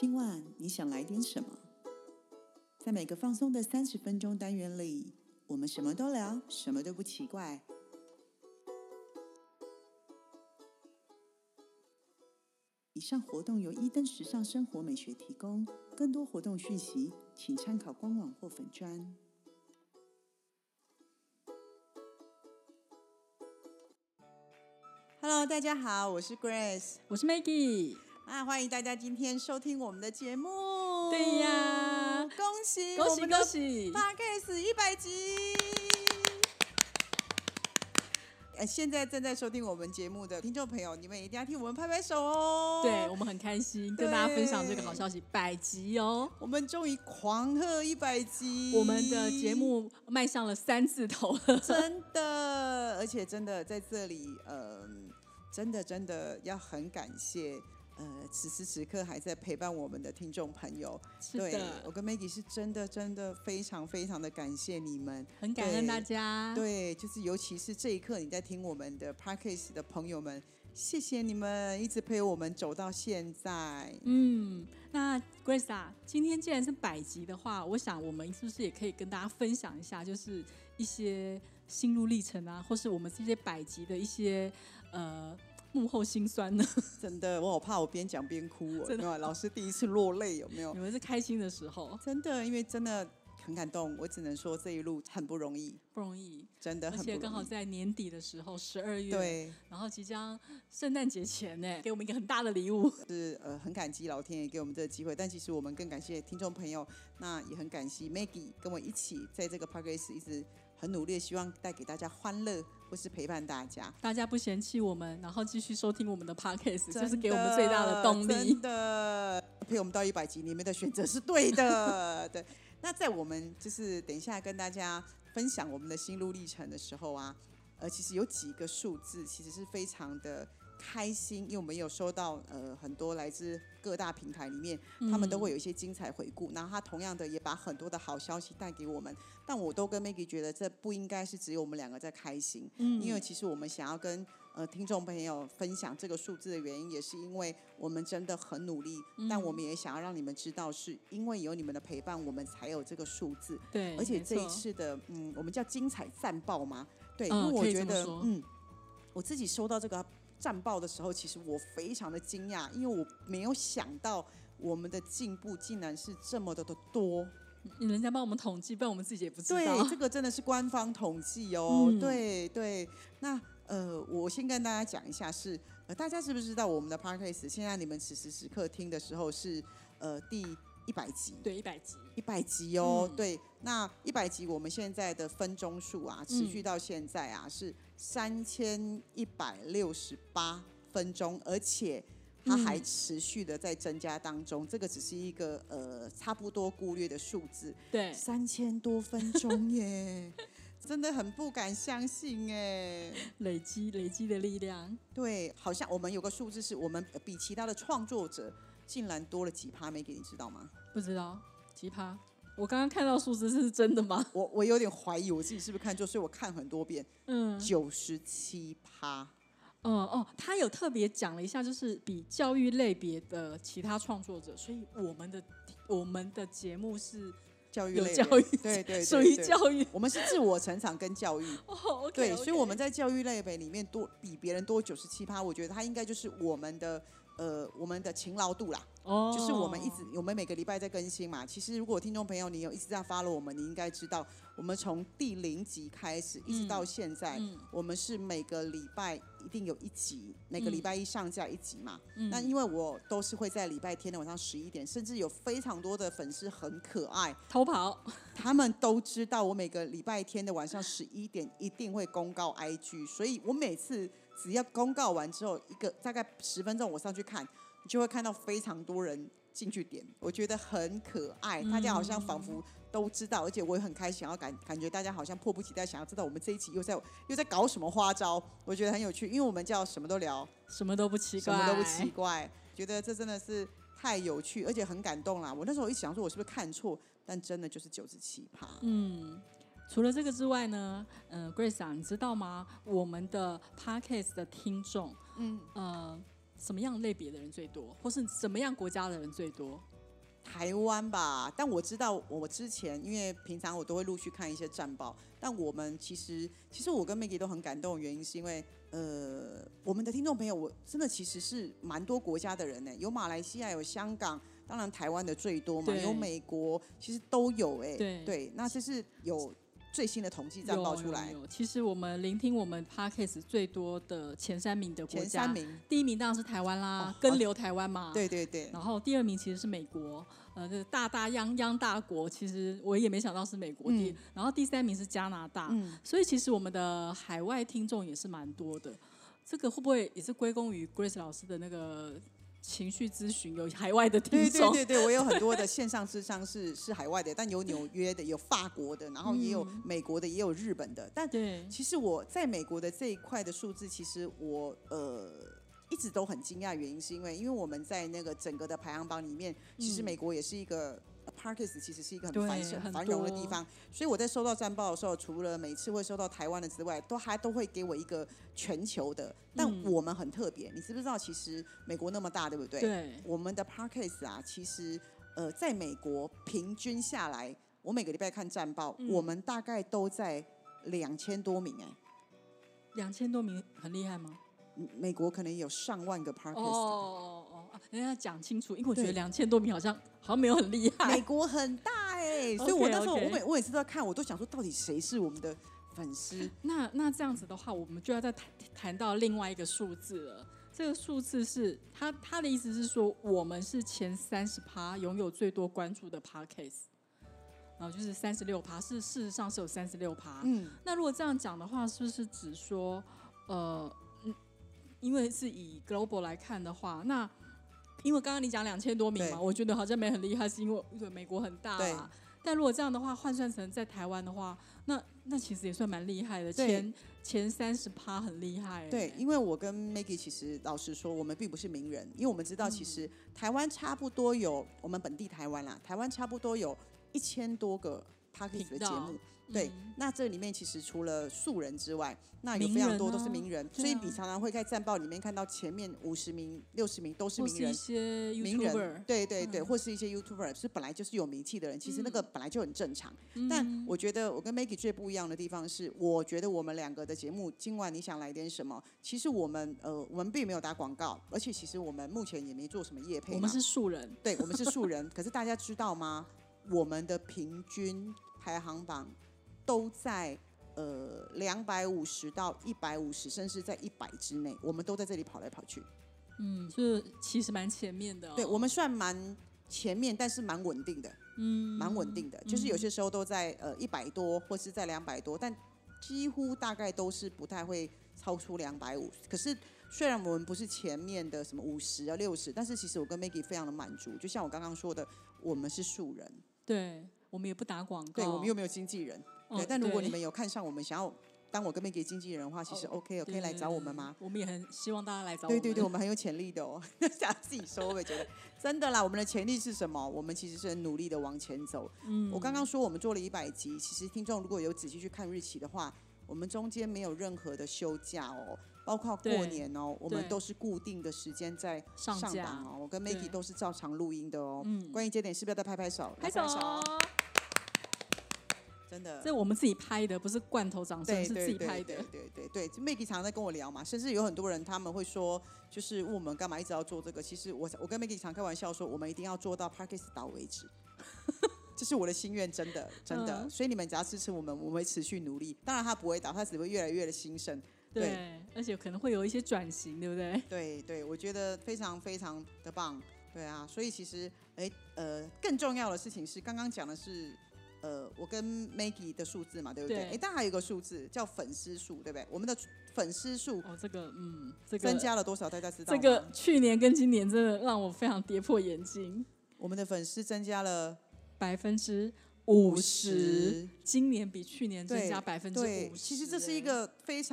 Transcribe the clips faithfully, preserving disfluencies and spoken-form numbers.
今晚你想来点什么？在每个放松的三十分钟单元里，我们什么都聊，什么都不奇怪。以上活动由伊登时尚生活美学提供，更多活动讯息请参考官网或粉专。Hello， 大家好，我是 Grace， 我是 Maggie。 啊，欢迎大家今天收听我们的节目。 对呀， 恭喜恭喜恭喜 Podcast 一百集。呃，现在正在收听我们节目的听众朋友，你们一定要替我们拍拍手哦。 对，我们很开心跟大家分享这个好消息，百集哦， 我们终于狂贺一百集， 我们的节目迈向了三字头了， 真的，而且真的在这里，呃，真的真的要很感谢。呃，此时此刻还在陪伴我们的听众朋友， 是的， 对，我跟 Maggie 是真的真的非常非常的感谢你们， 很感恩大家。 对，就是尤其是这一刻你在听我们的 Podcast 的朋友们，谢谢你们一直陪我们走到现在。 嗯，那 Grace 啊，今天既然是百集的话，我想我们是不是也可以跟大家分享一下，就是一些心路历程啊，或是我们这些百集的一些呃。幕后辛酸呢？ 真的，我好怕我边讲边哭哦， 真的， 老师第一次落泪有没有？ 你们是开心的时候， 真的，因为真的很感动，我只能说这一路很不容易， 不容易， 真的很不容易， 而且刚好在年底的时候，十二月， 对， 然后即将圣诞节前呢，给我们一个很大的礼物， 是呃很感激老天爷给我们这个机会，但其实我们更感谢听众朋友，那也很感谢 Maggie 跟我一起在这个 Podcast 一直很努力，希望带给大家欢乐或是陪伴大家， 大家不嫌弃我们，然后继续收听我们的 Podcast， 这是给我们最大的动力。 真的，陪我们到一百集，你们的选择是对的。对，那在我们就是等一下跟大家分享我们的心路历程的时候啊，呃，其实有几个数字其实是非常的开心，因为我们有收到呃很多来自各大平台里面，他们都会有一些精彩回顾，然后他同样的也把很多的好消息带给我们。但我都跟 Maggie 觉得这不应该是只有我们两个在开心，嗯、因为其实我们想要跟呃听众朋友分享这个数字的原因，也是因为我们真的很努力，嗯、但我们也想要让你们知道，是因为有你们的陪伴，我们才有这个数字。 对， 而且这一次的嗯，我们叫精彩战报嘛，对， 嗯、 因为我觉得嗯，我自己收到这个战报的时候，其实我非常的惊讶，因为我没有想到我们的进步竟然是这么的多。 人家帮我们统计，不然我们自己也不知道。 对，这个真的是官方统计哦。嗯、对对，那呃，我先跟大家讲一下是，呃，大家知不知道我们的 Podcast 现在你们此时此刻听的时候是呃第一百集？ 对，一百集， 一百集哦。 嗯、 对，那一百集我们现在的分钟数啊，持续到现在啊、嗯、是三千一百六十八分钟，而且它还持续的在增加当中，嗯、这个只是一个呃差不多估略的数字， 对， 三千多分钟耶，真的很不敢相信哎， 累积累积的力量， 对，好像我们有个数字是我们比其他的创作者竟然多了几趴，没给你知道吗？ 不知道几趴？我刚刚看到数字是真的吗？ 我我有点怀疑我自己是不是看错，所以我看很多遍， 嗯， 九十七趴。 嗯哦，他有特别讲了一下，就是比教育类别的其他创作者，所以我们的我们的节目是教育类有教育， 对 对, 对， 属于教育， 我们是自我成长跟教育。 哦、okay, 对， okay 所以我们在教育类别里面多比别人多九十七趴，我觉得他应该就是我们的呃我们的勤劳度啦。哦，就是我们一直我们每个礼拜在更新嘛。其实如果听众朋友你有一直在 follow 我们，你应该知道，我们从第零集开始一直到现在，嗯、我们是每个礼拜一定有一集，每个礼拜一上架一集嘛。嗯、那因为我都是会在礼拜天的晚上十一点，甚至有非常多的粉丝很可爱， 偷跑， 他们都知道我每个礼拜天的晚上十一点一定会公告 I G， 所以我每次只要公告完之后，一个大概十分钟我上去看。你就会看到非常多人进去点，我觉得很可爱，大家好像仿佛都知道，而且我也很开心，要感感觉大家好像迫不及待想要知道我们这一集又在又在搞什么花招，我觉得很有趣，因为我们叫什么都聊， 什么都不奇怪， 什么都不奇怪，觉得这真的是太有趣，而且很感动啦。我那时候一想说，我是不是看错？但真的就是九十七趴。 嗯。除了这个之外呢，呃 ，Grace 啊，你知道吗？我们的 Podcast 的听众，嗯，呃。 什么样类别的人最多，或是什么样国家的人最多？ 台湾吧，但我知道我之前因为平常我都会陆续看一些战报，但我们其实其实我跟 Maggie 都很感动的原因是因为呃我们的听众朋友我真的其实是蛮多国家的人呢，有马来西亚有香港，当然台湾的最多嘛，有美国，其实都有哎， 对对，那这是有最新的统计战报出来。 有有有，其实我们聆听我们 Podcast 最多的前三名的国家， 前三名， 第一名当然是台湾啦， 哦、 跟流台湾嘛， 对对对。 然后第二名其实是美国，呃，这大大泱泱大国，其实我也没想到是美国第、嗯，然后第三名是加拿大、嗯，所以其实我们的海外听众也是蛮多的。这个会不会也是归功于 Grace 老师的那个？情绪咨询有海外的听众， 对对对对，我有很多的线上咨商是是海外的，但有纽约的，有法国的，然后也有美国的，也有日本的。但其实我在美国的这一块的数字，其实我呃一直都很惊讶，原因是因为因为我们在那个整个的排行榜里面，其实美国也是一个。Podcast 其实是一个很繁盛、很繁荣的地方，所以我在收到战报的时候，除了每次会收到台湾的之外，都还都会给我一个全球的。但我们很特别，你知不知道？其实美国那么大，对不对？ 对。 我们的 Podcast 啊，其实呃，在美国平均下来，我每个礼拜看战报，嗯、我们大概都在两千多名哎、欸。 两千多名很厉害吗？ 美国可能有上万个 Podcast。 哦哦哦，人家讲清楚，因为我觉得两千多名好像好像没有很厉害。 美国很大哎、欸，所以我那时候我每我每次都在看，我都想说到底谁是我们的粉丝？ 那那这样子的话，我们就要再谈谈到另外一个数字了。这个数字是他他的意思是说，我们是前三十趴拥有最多关注的 Podcast， 然后就是三十六趴，是事实上是有三十六趴。嗯，那如果这样讲的话，是不是指说呃？因为是以 global 来看的话，那因为刚刚你讲两千多名嘛，我觉得好像没很厉害，是因为因为美国很大嘛。但如果这样的话换算成在台湾的话，那那其实也算蛮厉害的，前前三十趴很厉害。 对，因为我跟 Maggie 其实老实说，我们并不是名人，因为我们知道其实台湾差不多有我们本地台湾啦，台湾差不多有一千多个 Podcast 的节目。对、嗯，那这里面其实除了素人之外，那有非常多都是名人，名人啊、所以你常常会在战报里面看到前面五十名、六十名都是名人， 或是一些 YouTuber， 名人，对对对、嗯，或是一些 YouTuber 是本来就是有名气的人，其实那个本来就很正常。嗯、但我觉得我跟 Maggie 最不一样的地方是，我觉得我们两个的节目，今晚你想来点什么？其实我们呃，我们并没有打广告，而且其实我们目前也没做什么业配， 我们是素人， 对，我们是素人。可是大家知道吗？我们的平均排行榜。都在呃两百五十到一百五十，甚至在一百之内，我们都在这里跑来跑去。 嗯，就是其实蛮前面的、哦。 对，我们算蛮前面，但是蛮稳定的。嗯，蛮稳定的，就是有些时候都在呃一百多，或是在两百多，但几乎大概都是不太会超出两百五。可是虽然我们不是前面的什么五十啊六十，但是其实我跟 Maggie 非常的满足。就像我刚刚说的，我们是素人。 对，我们也不打广告。 对，我们又没有经纪人。对，但如果你们有看上我们，想要当我跟 Maggie 经纪人的话，其实 OK， 可以来找我们吗？ 我们也很希望大家来找我们。 对对对，我们很有潜力的哦。想自己说，我也觉得真的啦。我们的潜力是什么？我们其实是很努力的往前走。嗯，我刚刚说我们做了一百集，其实听众如果有仔细去看日期的话，我们中间没有任何的休假哦，包括过年哦，我们都是固定的时间在上档哦。我跟 Maggie 都是照常录音的哦。嗯，关于这点是不是要再拍拍手？ 拍手。 真的， 这我们自己拍的，不是罐头掌声，是自己拍的。 对对对对对 ，Maggie 常常在跟我聊嘛，甚至有很多人他们会说，就是问我们干嘛一直要做这个。其实我我跟 Maggie 常开玩笑说，我们一定要做到 Podcast 倒为止，这是我的心愿，真的真的。嗯、所以你们只要支持我们，我们会持续努力。当然它不会倒，它只会越来越的兴盛。 对，对而且可能会有一些转型，对不对？ 对对，我觉得非常非常的棒。对啊，所以其实哎呃，更重要的事情是，刚刚讲的是。呃，我跟 Maggie 的数字嘛，对不对？哎，但还有一个数字叫粉丝数，对不对？我们的粉丝数哦，这个嗯，这个增加了多少？大家知道吗？ 这个去年跟今年真的让我非常跌破眼镜。 我们的粉丝增加了百分之五十，今年比去年增加百分之五十。 其实这是一个非常突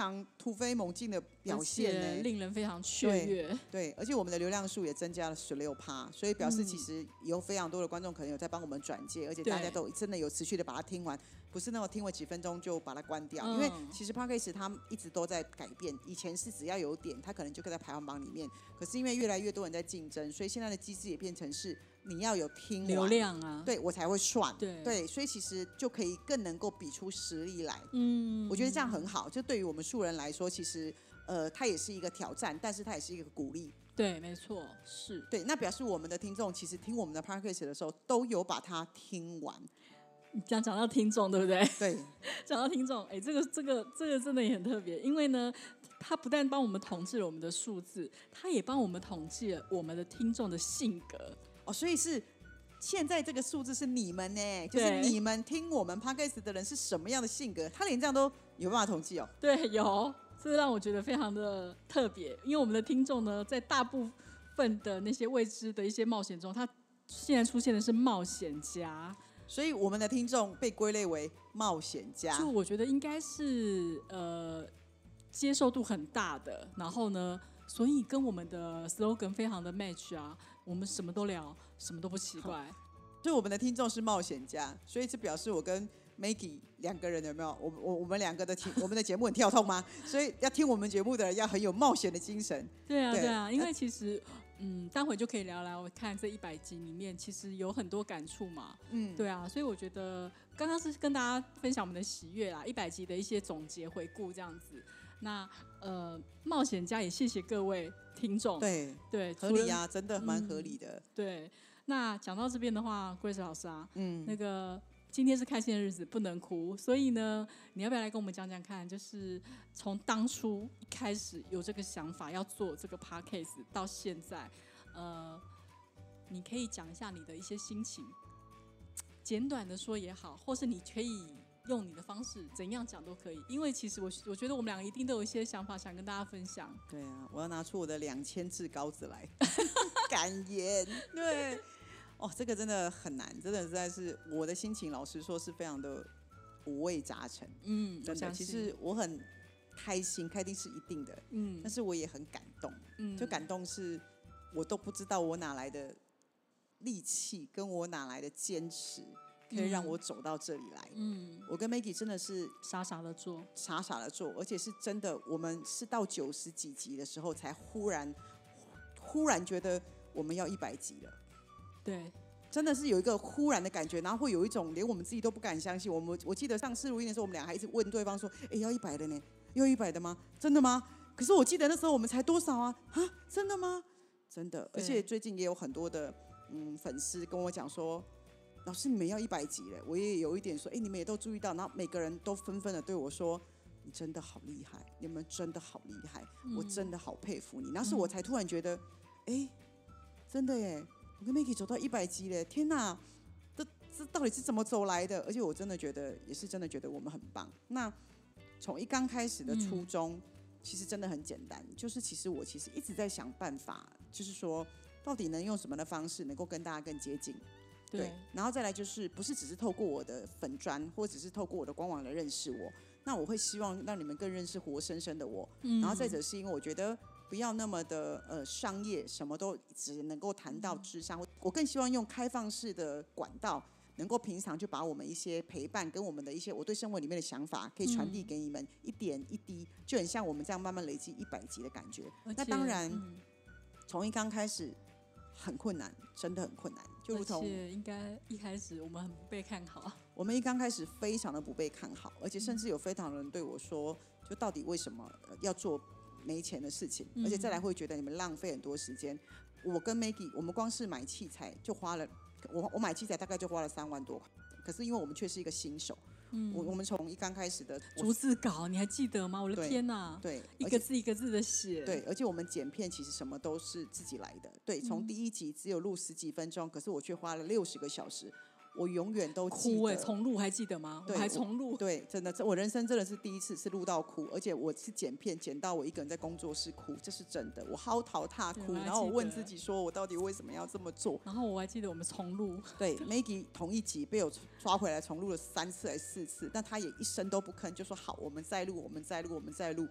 突飞猛进的表现呢、欸， 令人非常雀跃。 对，而且我们的流量数也增加了十六趴，所以表示其实有非常多的观众可能有在帮我们转接，而且大家都真的有持续的把它听完，不是那么听了几分钟就把它关掉。嗯、因为其实 Podcast 它一直都在改变，以前是只要有点，它可能就可以在排行榜里面，可是因为越来越多人在竞争，所以现在的机制也变成是你要有听完流量啊， 对我才会算， 对对，所以其实就可以更能够比出实力来。 嗯， 我觉得这样很好，就对于我们素人来说，其实呃，它也是一个挑战，但是它也是一个鼓励。 对，没错，是对，那表示我们的听众其实听我们的 podcast 的时候，都有把它听完。 讲讲到听众，对不对？ 对， 讲到听众，哎，这个这个这个真的也很特别，因为呢，他不但帮我们统计了我们的数字，他也帮我们统计了我们的听众的性格。 哦，所以是现在这个数字是你们呢，就是你们听我们 podcast 的人是什么样的性格，他连这样都有办法统计哦。 对，有，这让我觉得非常的特别，因为我们的听众呢，在大部分的那些未知的一些冒险中，他现在出现的是冒险家。 所以我们的听众被归类为冒险家， 就我觉得应该是呃接受度很大的，然后呢，所以跟我们的 slogan 非常的 match 啊，我们什么都聊，什么都不奇怪。 就我们的听众是冒险家，所以这表示我跟 Maggie 两个人有没有？我我我们两个的我们的节目很跳痛吗？所以要听我们节目的人要很有冒险的精神。 对啊，对啊，因为其实。嗯，待会就可以聊聊。我看这一百集里面，其实有很多感触嘛。嗯，对啊，所以我觉得刚刚是跟大家分享我们的喜悦啦，一百集的一些总结回顾这样子。那呃，冒险家也谢谢各位听众。 对对， 合理啊，真的蛮合理的。 嗯、对，那讲到这边的话 ，Grace 老师啊，嗯，那个。今天是开心的日子，不能哭，所以呢，你要不要来跟我们讲讲看？就是从当初一开始有这个想法要做这个 podcast 到现在，呃，你可以讲一下你的一些心情，简短的说也好，或是你可以用你的方式，怎样讲都可以。因为其实我我觉得我们两个一定都有一些想法想跟大家分享。 对啊，我要拿出我的两千字稿子来感言。对。哦，这个真的很难，真的实在是我的心情，老实说是非常的五味杂陈。嗯，真的，其实我很开心，开心是一定的。嗯，但是我也很感动。嗯，就感动是我都不知道我哪来的力气，跟我哪来的坚持，可以让我走到这里来。嗯，我跟 Maggie 真的是傻傻的做， 傻傻的做，而且是真的，我们是到九十几集的时候，才忽然忽然觉得我们要一百集了。 对， 真的是有一个忽然的感觉，然后会有一种连我们自己都不敢相信。我们我记得上次录音的时候，我们俩还一直问对方说：“哎，要一百的呢？要一百的吗？真的吗？”可是我记得那时候我们才多少啊？啊，真的吗？真的。而且最近也有很多的嗯粉丝跟我讲说：“老师，你们要一百集了。”我也有一点说：“哎，你们也都注意到。”然后每个人都纷纷的对我说：“你真的好厉害，你们真的好厉害，我真的好佩服你。”那时我才突然觉得：“哎，真的耶！”我跟 Maggie 走到一百集了，天哪，这这到底是怎么走来的？而且我真的觉得，也是真的觉得我们很棒。那从一刚开始的初衷，嗯、其实真的很简单，就是其实我其实一直在想办法，就是说到底能用什么的方式能够跟大家更接近。 对， 对，然后再来就是不是只是透过我的粉专，或者只是透过我的官网来认识我，那我会希望让你们更认识活生生的我。嗯、然后再者是因为我觉得。不要那么的呃商业，什么都只能够谈到智商。我更希望用开放式的管道，能够平常就把我们一些陪伴跟我们的一些我对生活里面的想法，可以传递给你们，一点一滴，就很像我们这样慢慢累积一百集的感觉。那当然，从、嗯、一刚开始很困难，真的很困难，就如同而且应该一开始我们很不被看好。 我们一刚开始非常的不被看好，而且甚至有非常多人对我说，就到底为什么要做？没钱的事情，而且再来会觉得你们浪费很多时间。我跟 Maggie， 我们光是买器材就花了，我我买器材大概就花了三万多块。可是因为我们却是一个新手，嗯、我我们从一刚开始的逐字稿，你还记得吗？我的天哪！ 对， 一个字一个字的写。 对，而且我们剪片其实什么都是自己来的。对，从第一集只有录十几分钟，可是我却花了六十个小时。我永远都记得哭哎、欸，重录还记得吗？对，我还重录。 对，真的，我人生真的是第一次是录到哭，而且我是剪片剪到我一个人在工作室哭，这是真的。我嚎啕大哭，然后我问自己说，我到底为什么要这么做？ 然后我还记得我们重录。 对，Maggie 同一集被我抓回来重录了三次还是四次，但他也一声都不吭，就说好，我们再录，我们再录，我们再录。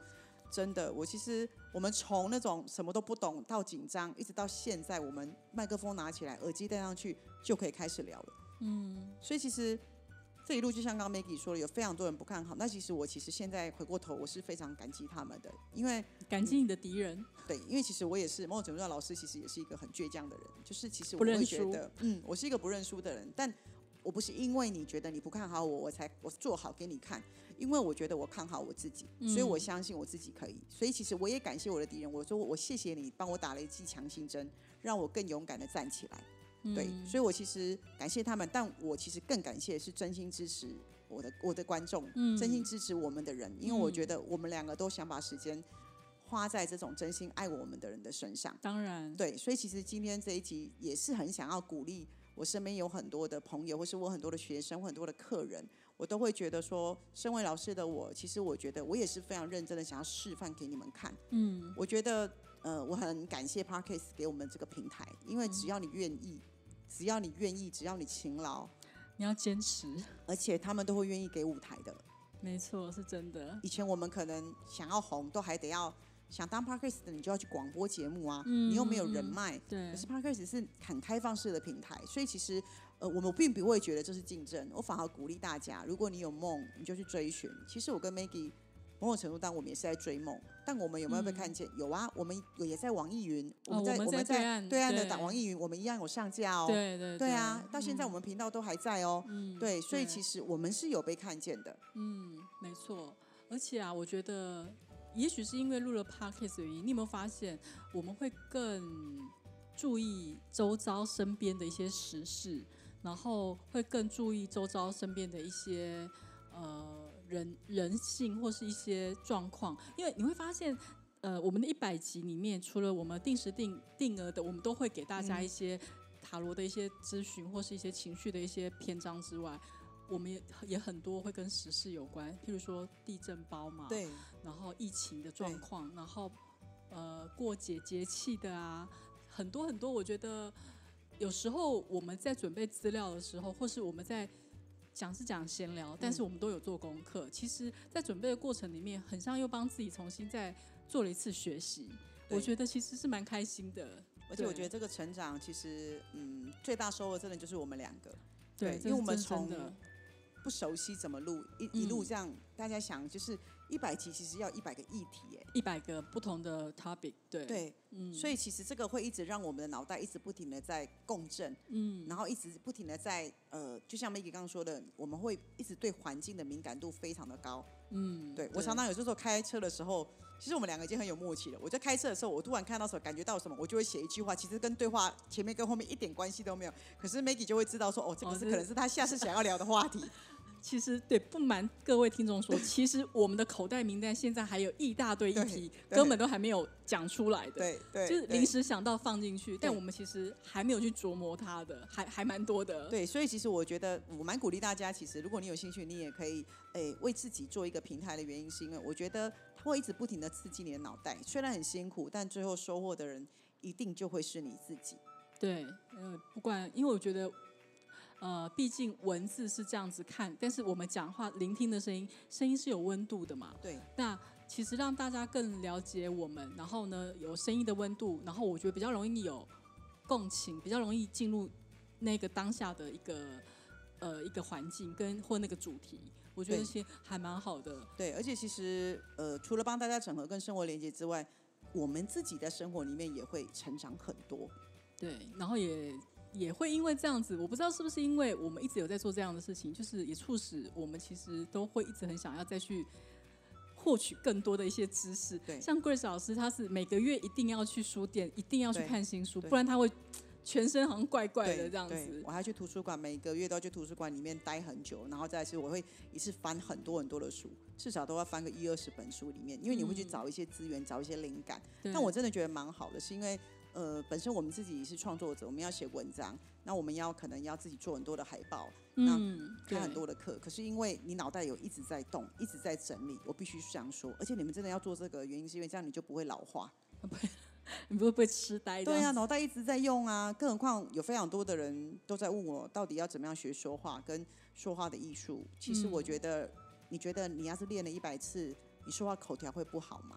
真的，我其实我们从那种什么都不懂到紧张，一直到现在，我们麦克风拿起来，耳机戴上去就可以开始聊了。嗯，所以其实这一路就像刚刚 Maggie 说的，有非常多人不看好。那其实我其实现在回过头，我是非常感激他们的，因为感激你的敌人。 对，因为其实我也是某种程度上，老师其实也是一个很倔强的人，就是其实我会觉得，嗯，我是一个不认输的人，但我不是因为你觉得你不看好我，我才我做好给你看，因为我觉得我看好我自己，所以我相信我自己可以。所以其实我也感谢我的敌人，我说我谢谢你帮我打了一剂强心针，让我更勇敢的站起来。对，所以我其实感谢他们，但我其实更感谢的是真心支持我的我的观众，真心支持我们的人，因为我觉得我们两个都想把时间花在这种真心爱我们的人的身上。 当然， 对，所以其实今天这一集也是很想要鼓励我身边有很多的朋友，或是我很多的学生，或很多的客人，我都会觉得说，身为老师的我，其实我觉得我也是非常认真的想要示范给你们看。嗯，我觉得呃，我很感谢 Podcast 给我们这个平台，因为只要你愿意，只要你愿意，只要你勤劳， 你要坚持， 而且他们都会愿意给舞台的。 没错，是真的。 以前我们可能想要红，都还得要。想当 Podcast 的你就要去广播节目啊，嗯、你又没有人脉， 嗯、对。 可是 Podcast 是很开放式的平台，所以其实呃我们并不会觉得这是竞争，我反而鼓励大家，如果你有梦，你就去追寻。其实我跟 Maggie 某种程度上我们也是在追梦，但我们有没有被看见？嗯、有啊，我们也在网易云，我们在、 哦、我们在对岸对岸的打网易云，我们一样有上架哦。 对对 对, 对啊，到现在我们频道都还在哦。 嗯， 对，所以其实我们是有被看见的。 嗯，没错。而且啊，我觉得。也许是因为录了 Podcast 的原因，你有没有发现我们会更注意周遭身边的一些时事，然后会更注意周遭身边的一些呃人人性或是一些状况，因为你会发现，呃，我们的一百集里面，除了我们定时定定额的，我们都会给大家一些塔罗的一些咨询或是一些情绪的一些篇章之外。我们 也, 也很多会跟时事有关，譬如说地震包嘛， 对， 然后疫情的状况，然后呃过节节气的啊，很多很多。我觉得有时候我们在准备资料的时候，或是我们在讲是讲闲聊，但是我们都有做功课。嗯、其实，在准备的过程里面，很像又帮自己重新再做了一次学习。我觉得其实是蛮开心的， 而且我觉得这个成长其实，嗯，最大收获真的就是我们两个， 对， 因为我们从不熟悉怎么录，一一路这样，嗯、大家想就是一百集其实要一百个议题，哎， 一百个不同的 topic， 对对，嗯，所以其实这个会一直让我们的脑袋一直不停的在共振，嗯，然后一直不停的在呃，就像 Maggie 刚刚说的，我们会一直对环境的敏感度非常的高，嗯，对，对我常常有时候开车的时候。其实我们两个已经很有默契了。我在开车的时候，我突然看到什么，感觉到什么，我就会写一句话，其实跟对话前面跟后面一点关系都没有。可是 Maggie 就会知道说，哦，这个是可能是他下次想要聊的话题。 其实对，不瞒各位听众说，其实我们的口袋名单现在还有一大堆议题，根本都还没有讲出来的。 对对， 就是临时想到放进去，但我们其实还没有去琢磨它的，还还蛮多的。 对，所以其实我觉得我蛮鼓励大家，其实如果你有兴趣，你也可以诶为自己做一个平台的原因，是因为我觉得它会一直不停的刺激你的脑袋，虽然很辛苦，但最后收获的人一定就会是你自己。 对，呃，不管，因为我觉得。呃，毕竟文字是这样子看，但是我们讲话、聆听的声音，声音是有温度的嘛。 对。 那其实让大家更了解我们，然后呢，有声音的温度，然后我觉得比较容易有共情，比较容易进入那个当下的一个呃一个环境跟或那个主题，我觉得这些还蛮好的。 对，而且其实呃，除了帮大家整合跟生活连接之外，我们自己在生活里面也会成长很多。 对，然后也。也会因为这样子，我不知道是不是因为我们一直有在做这样的事情，就是也促使我们其实都会一直很想要再去获取更多的一些知识。 对， 像 Grace 老师，他是每个月一定要去书店，一定要去看新书，不然他会全身好像怪怪的这样子。 我还去图书馆，每个月都要去图书馆里面待很久，然后再是我会一次翻很多很多的书，至少都要翻个一二十本书里面，因为你会去找一些资源，找一些灵感。但我真的觉得蛮好的，是因为。呃，本身我们自己是创作者，我们要写文章，那我们要可能要自己做很多的海报，嗯，那开很多的课。可是因为你脑袋有一直在动，一直在整理，我必须这样说。而且你们真的要做这个，原因是因为这样你就不会老化， 你不会不会痴呆。 对啊，脑袋一直在用啊。更何况有非常多的人都在问我，到底要怎么样学说话跟说话的艺术。其实我觉得，嗯、你觉得你要是练了一百次，你说话口条会不好吗？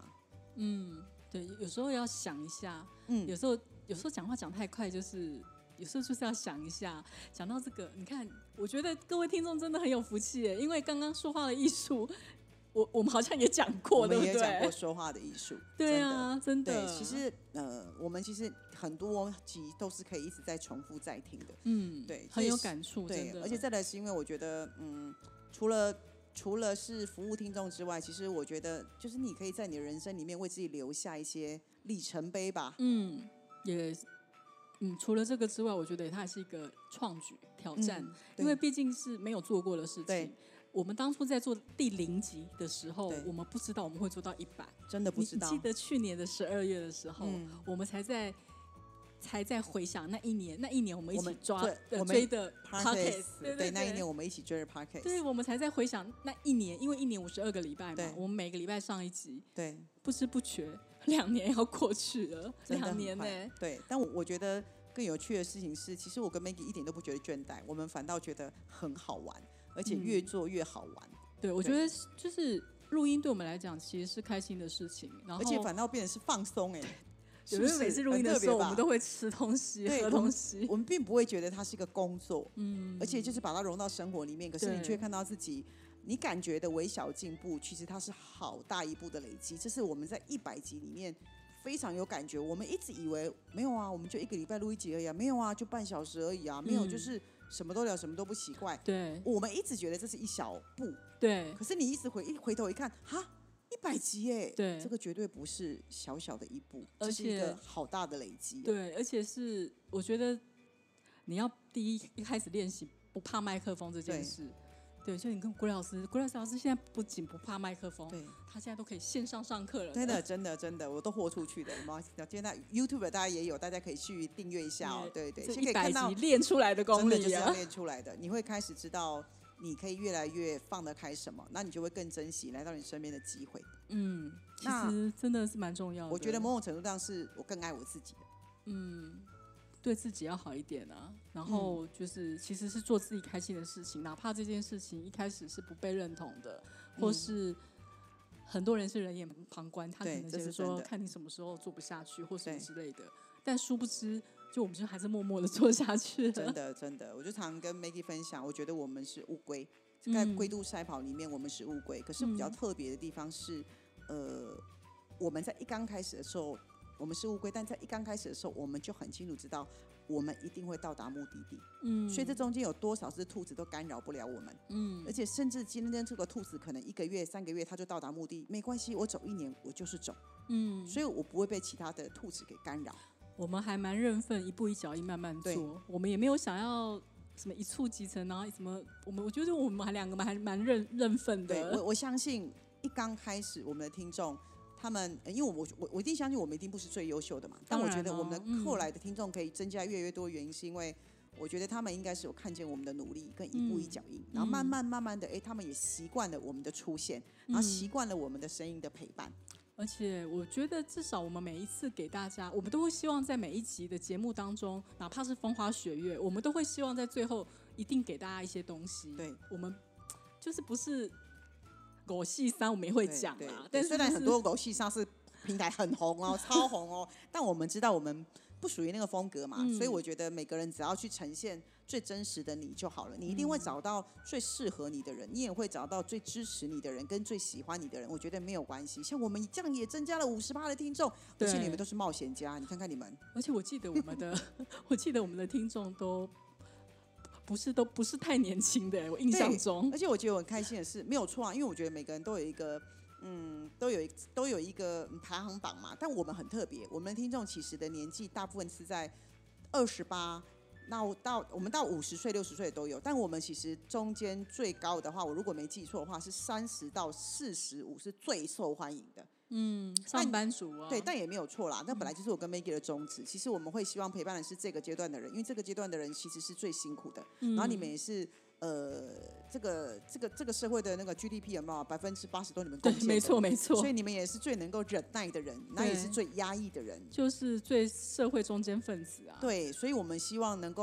嗯，对，有时候要想一下， 嗯， 有时候有时候讲话讲太快，就是有时候就是要想一下。讲到这个，你看，我觉得各位听众真的很有福气耶，因为刚刚说话的艺术，我我们好像也讲过， 我们也对不对？ 讲过说话的艺术， 对啊，真的。 对，其实呃，我们其实很多集都是可以一直在重复在听的， 嗯， 对， 很有感触， 对， 真的。 而且再来是因为我觉得，嗯，除了除了是服务听众之外，其实我觉得就是你可以在你的人生里面为自己留下一些里程碑吧。 嗯，也嗯，除了这个之外，我觉得它还是一个创举挑战， 嗯、 因为毕竟是没有做过的事情。 对， 我们当初在做第零集的时候，我们不知道我们会做到一百， 真的不知道。 你记得去年的十二月的时候， 嗯、 我们才在才在回想那一年，那一年我们一起抓我们追的 podcast， 对, 对, 对，那一年我们一起追的 podcast， 对，我们才在回想那一年，因为一年五十二个礼拜嘛，我们每个礼拜上一集， 对， 不知不觉两年要过去了，两年呢、欸， 对，但我我觉得更有趣的事情是，其实我跟 Maggie 一点都不觉得倦怠，我们反倒觉得很好玩，而且越做越好玩。嗯、 对，我觉得就是录音对我们来讲其实是开心的事情，然后而且反倒变成是放松哎、欸。 因为每次录音的时候，我们都会吃东西、喝东西， 我们并不会觉得它是一个工作，嗯，而且就是把它融到生活里面。可是你却看到自己，你感觉的微小进步，其实它是好大一步的累积。这是我们在一百集里面非常有感觉。我们一直以为没有啊，我们就一个礼拜录一集而已啊，没有啊，就半小时而已啊，没有就是什么都聊，什么都不奇怪。 对， 我们一直觉得这是一小步， 对。 可是你一直回一回头一看，哈。一百集耶， 对， 这个绝对不是小小的一步，这是一个好大的累积、啊。 对，而且是我觉得你要第一一开始练习不怕麦克风这件事。对，就你跟郭老师，郭老师现在不仅不怕麦克风，对，他现在都可以线上上课了。 真的，真的，真的，我都豁出去的。现在 YouTube 大家也有，大家可以去订阅一下哦。对对， 这一百集练出来的功力、啊， 真的就是要练出来的。你会开始知道。你可以越来越放得开什么，那你就会更珍惜来到你身边的机会。 嗯，其实真的是蛮重要的。 我觉得某种程度上是我更爱我自己的。 嗯，对自己要好一点啊。然后就是，其实是做自己开心的事情，哪怕这件事情一开始是不被认同的，或是很多人是人眼旁观，他可能觉得说看你什么时候做不下去或什么之类的，但殊不知。就我们就还是默默的做下去了， 真的真的，我就常跟 Maggie 分享，我觉得我们是乌龟，在龟度赛跑里面我们是乌龟，可是比较特别的地方是，呃，我们在一刚开始的时候我们是乌龟，但在一刚开始的时候我们就很清楚知道我们一定会到达目的地，嗯，所以这中间有多少只兔子都干扰不了我们，嗯，而且甚至今天这个兔子可能一个月三个月它就到达目的，没关系，我走一年我就是走，嗯，所以我不会被其他的兔子给干扰。 我们还蛮认份，一步一脚印慢慢做。我们也没有想要什么一触即成，然后什么我们我觉得我们还两个还蛮认认份的。 对，我我相信一刚开始我们的听众，他们因为我我我一定相信我们一定不是最优秀的嘛，但我觉得我们的后来的听众可以增加越来越多的原因，是因为我觉得他们应该是有看见我们的努力跟一步一脚印，嗯、然后慢慢慢慢的，哎，他们也习惯了我们的出现，然后习惯了我们的声音的陪伴。 而且我觉得至少我们每一次给大家，我们都会希望在每一集的节目当中，哪怕是风花雪月，我们都会希望在最后一定给大家一些东西。 对， 我们就是不是狗戏三我们也会讲啦，但是、就是、 虽然很多狗戏三是平台很红哦，超红哦，但我们知道我们不属于那个风格嘛、嗯，所以我觉得每个人只要去呈现最真实的你就好了，你一定会找到最适合你的人，你也会找到最支持你的人跟最喜欢你的人，我觉得没有关系。像我们这样也增加了五十趴的听众，而且你们都是冒险家，你看看你们。 而且我记得我们的，我记得我们的听众都不是都不是太年轻的，我印象中。 而且我觉得我很开心的是，没有错啊，因为我觉得每个人都有一个。嗯，都有都有一个排行榜嘛，但我们很特别，我们的听众其实的年纪大部分是在二十八，那到我们到五十岁、六十岁都有，但我们其实中间最高的话，我如果没记错的话，是三十到四十五是最受欢迎的。 嗯，上班族啊， 对，但也没有错啦。那本来就是我跟 Maggie 的宗旨。其实我们会希望陪伴的是这个阶段的人，因为这个阶段的人其实是最辛苦的。嗯、然后你们也是。呃，这个这个这个社会的那个 G D P 有没有百分之八十都你们贡献的？ 没错没错。 所以你们也是最能够忍耐的人，那也是最压抑的人， 就是最社会中间分子啊。 对，所以我们希望能够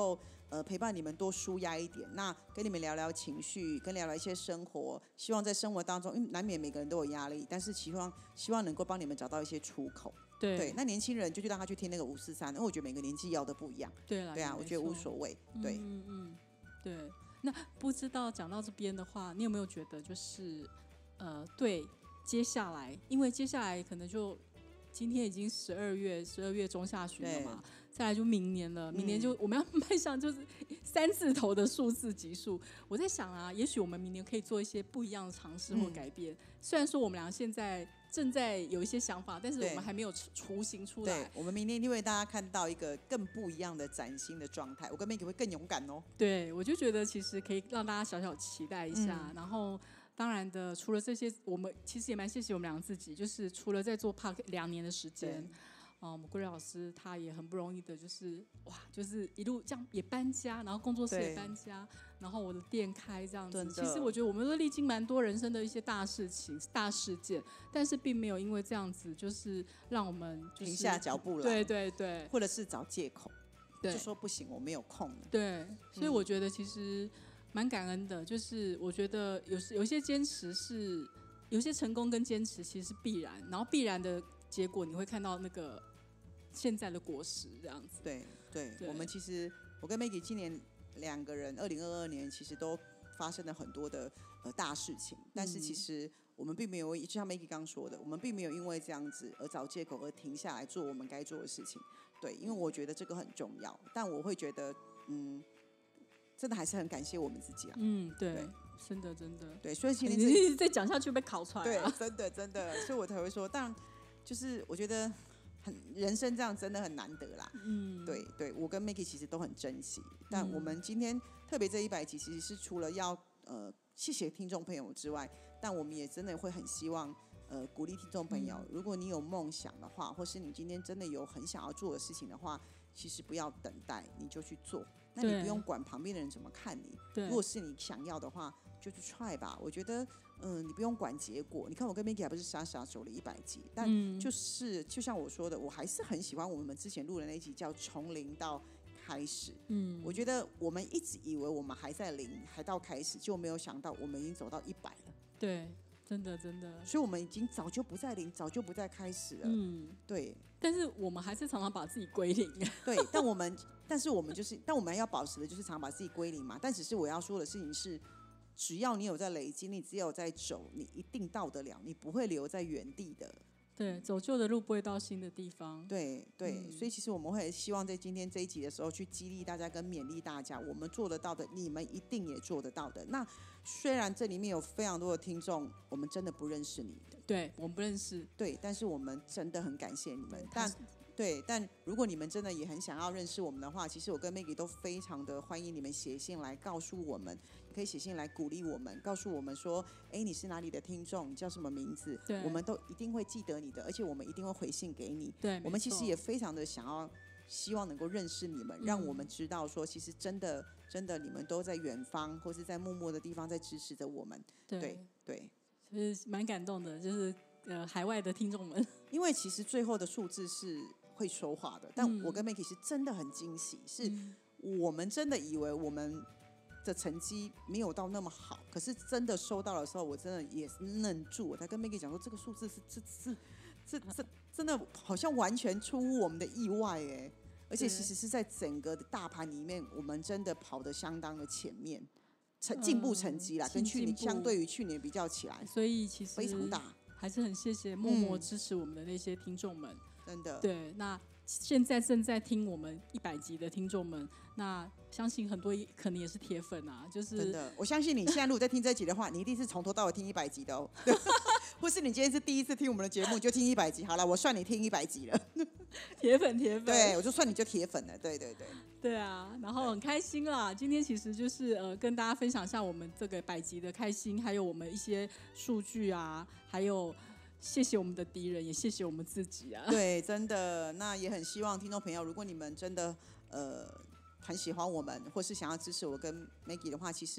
呃陪伴你们多舒压一点，那跟你们聊聊情绪，跟聊聊一些生活，希望在生活当中，因为难免每个人都有压力，但是希望希望能够帮你们找到一些出口。 对对，那年轻人就去让他去听那个五四三，因为我觉得每个年纪要的不一样。 对啦， 对啊，我觉得无所谓。对， 嗯嗯，对。那不知道讲到这边的话，你有没有觉得就是呃，对，接下来，因为接下来可能就今天已经十二月，十二月中下旬了嘛，再来就明年了，明年就我们要迈向就是三字头的数字级数。我在想啊，也许我们明年可以做一些不一样的尝试或改变。嗯、虽然说我们俩现在正在有一些想法，但是我们还没有雏形出来。 对，我们明年一定会大家看到一个更不一样的崭新的状态。我跟 Maggie 会更勇敢哦。 对，我就觉得其实可以让大家小小期待一下，嗯、然后。当然的，除了这些，我们其实也蛮谢谢我们俩自己，就是除了在做 Park 两年的时间，啊，我们桂老师他也很不容易的，就是哇，就是一路这样也搬家，然后工作室也搬家，然后我的店开这样子。其实我觉得我们都历经蛮多人生的一些大事情、大事件，但是并没有因为这样子，就是让我们、就是、 停下脚步来， 对对对， 或者是找借口，就说不行，我没有空了。 对，所以我觉得其实。蛮感恩的，就是我觉得有有一些坚持是，有些成功跟坚持其实是必然，然后必然的结果你会看到那个现在的果实这样子。 对 对, 对，我们其实我跟 Maggie 今年两个人，二零二二年其实都发生了很多的呃大事情，但是其实我们并没有，就像 Maggie 刚说的，我们并没有因为这样子而找借口而停下来做我们该做的事情。对，因为我觉得这个很重要，但我会觉得嗯。真的还是很感谢我们自己啊！ 嗯，对，对真的真的， 对，所以今天你再讲下去被考出来、 啊，对，真的真的，所以我才会说，当然就是我觉得很人生这样真的很难得啦。嗯，对对，我跟 Maggie 其实都很珍惜，但我们今天特别这一百集，其实是除了要呃谢谢听众朋友之外，但我们也真的会很希望呃鼓励听众朋友，嗯、如果你有梦想的话，或是你今天真的有很想要做的事情的话，其实不要等待，你就去做。那你不用管旁边的人怎么看你，如果是你想要的话，就去 try 吧。我觉得，嗯，你不用管结果。你看我跟 Maggie 还不是傻傻走了一百集，但就是、嗯、就像我说的，我还是很喜欢我们之前录的那一集叫从零到开始。嗯，我觉得我们一直以为我们还在零，还到开始，就没有想到我们已经走到一百了。 对。真的真的， 所以我们已经早就不在零，早就不在开始了。嗯，对。 但是我们还是常常把自己归零。 对，但我们，但是我们就是，但我们要保持的就是常把自己归零嘛。但只是我要说的事情是，只要你有在累积，你只有在走，你一定到得了，你不会留在原地的。 对，走旧的路不会到新的地方。 对对、嗯，所以其实我们会希望在今天这一集的时候去激励大家跟勉励大家，我们做得到的，你们一定也做得到的。那虽然这里面有非常多的听众，我们真的不认识你的， 对我们不认识， 对，但是我们真的很感谢你们。但对，但如果你们真的也很想要认识我们的话，其实我跟 Maggie 都非常的欢迎你们写信来告诉我们，可以写信来鼓励我们，告诉我们说，哎，你是哪里的听众，你叫什么名字，我们都一定会记得你的，而且我们一定会回信给你。 对， 我们其实也非常的想要，希望能够认识你们，让我们知道说，其实真的真的你们都在远方，或是在默默的地方在支持着我们。 对对对， 就是蛮感动的，就是呃海外的听众们， 因为其实最后的数字是会说话的，但我跟 Maggie 是真的很惊喜，嗯、是我们真的以为我们的成绩没有到那么好，可是真的收到的时候，我真的也是愣住。我才跟 Maggie 讲说，这个数字是这是这这真的好像完全出乎我们的意外哎，而且其实是在整个的大盘里面，我们真的跑得相当的前面，成进步成绩啦，嗯、跟去年相对于去年比较起来， 所以其实非常大， 还是很谢谢默默支持我们的那些听众们。嗯真的对，那现在正在听我们一百集的听众们，那相信很多可能也是铁粉啊，就是真的，我相信你现在如果在听这集的话，你一定是从头到尾听一百集的哦，或是你今天是第一次听我们的节目就听一百集，好了，我算你听一百集了， 铁粉铁粉， 对我就算你就铁粉了，对对对， 对啊，然后很开心啦，今天其实就是呃跟大家分享一下我们这个百集的开心，还有我们一些数据啊，还有。谢谢我们的敌人，也谢谢我们自己啊！ 对，真的，那也很希望听众朋友，如果你们真的呃很喜欢我们，或是想要支持我跟 Maggie 的话，其实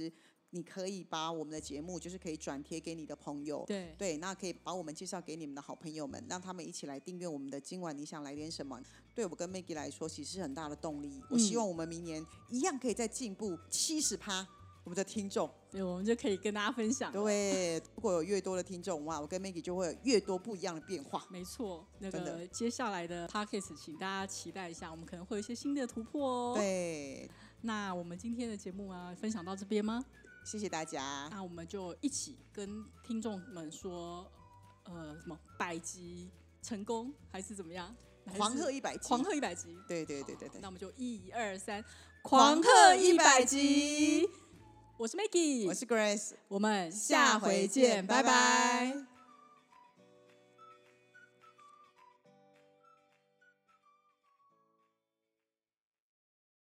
你可以把我们的节目就是可以转贴给你的朋友， 对对，那可以把我们介绍给你们的好朋友们，让他们一起来订阅我们的今晚你想来点什么。对我跟 Maggie 来说，其实是很大的动力。我希望我们明年一样可以再进步七十趴。我们的听众， 对，我们就可以跟大家分享。 对，如果有越多的听众，哇，我跟 Maggie 就会有越多不一样的变化。 没错，那个接下来的 Podcast 请大家期待一下，我们可能会有一些新的突破哦。 对， 那我们今天的节目啊，分享到这边吗？ 谢谢大家。 那我们就一起跟听众们说，呃，什么百集成功还是怎么样？ 狂贺一百集， 狂贺一百集。 对对对对对。 那我们就一二三，狂贺一百集。我是 Maggie， 我是 Grace， 我们下回见，拜拜。